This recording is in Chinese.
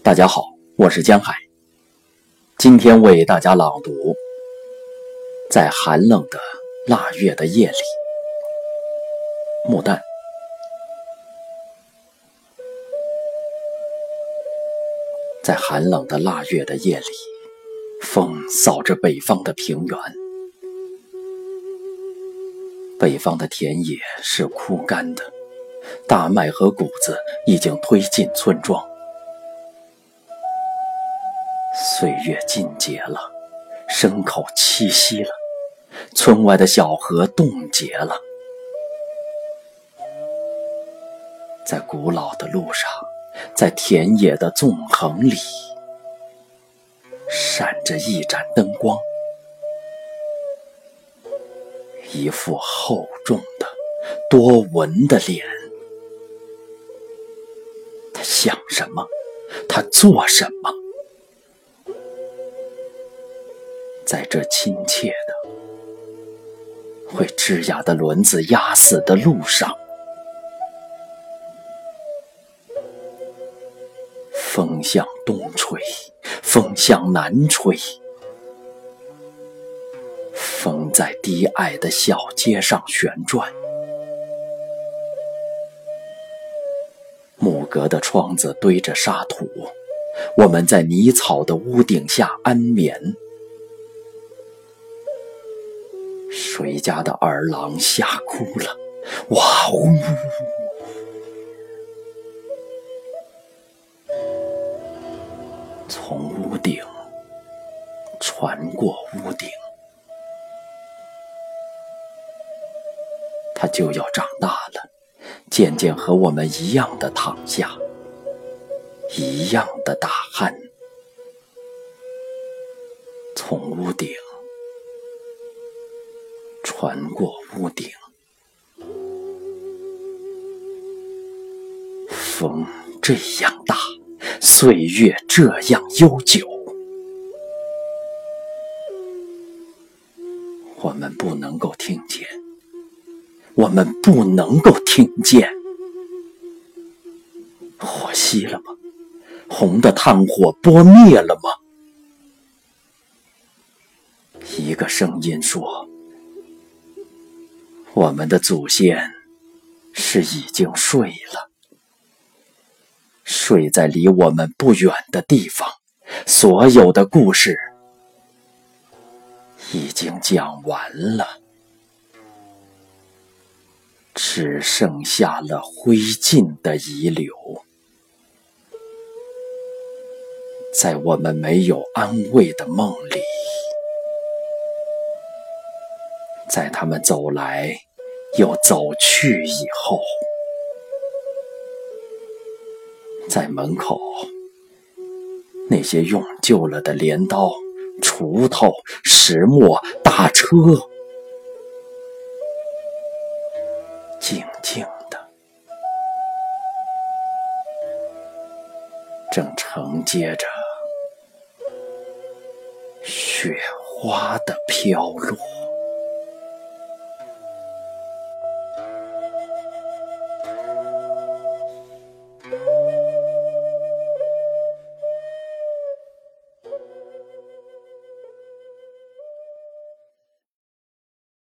大家好，我是江海，今天为大家朗读在寒冷的腊月的夜里。木旦。在寒冷的腊月的夜里，风扫着北方的平原，北方的田野是枯干的，大麦和谷子已经推进村庄。岁月尽节了，牲口栖息了，村外的小河冻结了。在古老的路上，在田野的纵横里，闪着一盏灯光，一副厚重的多纹的脸。他想什么？他做什么？在这亲切的会吱呀的轮子压死的路上，风向东吹，风向南吹，风在低矮的小街上旋转，木格的窗子堆着沙土，我们在泥草的屋顶下安眠。谁家的儿郎吓哭了，哇呜！从屋顶传过屋顶，他就要长大了，渐渐和我们一样的躺下，一样的打鼾。从屋顶传过屋顶，风这样大，岁月这样悠久，我们不能够听见，我们不能够听见。火熄了吗？红的炭火拨灭了吗？一个声音说，我们的祖先是已经睡了，睡在离我们不远的地方，所有的故事已经讲完了，只剩下了灰烬的遗留。在我们没有安慰的梦里，在他们走来又走去以后，在门口，那些用旧了的镰刀、锄头、石磨、大车，静静的正承接着雪花的飘落。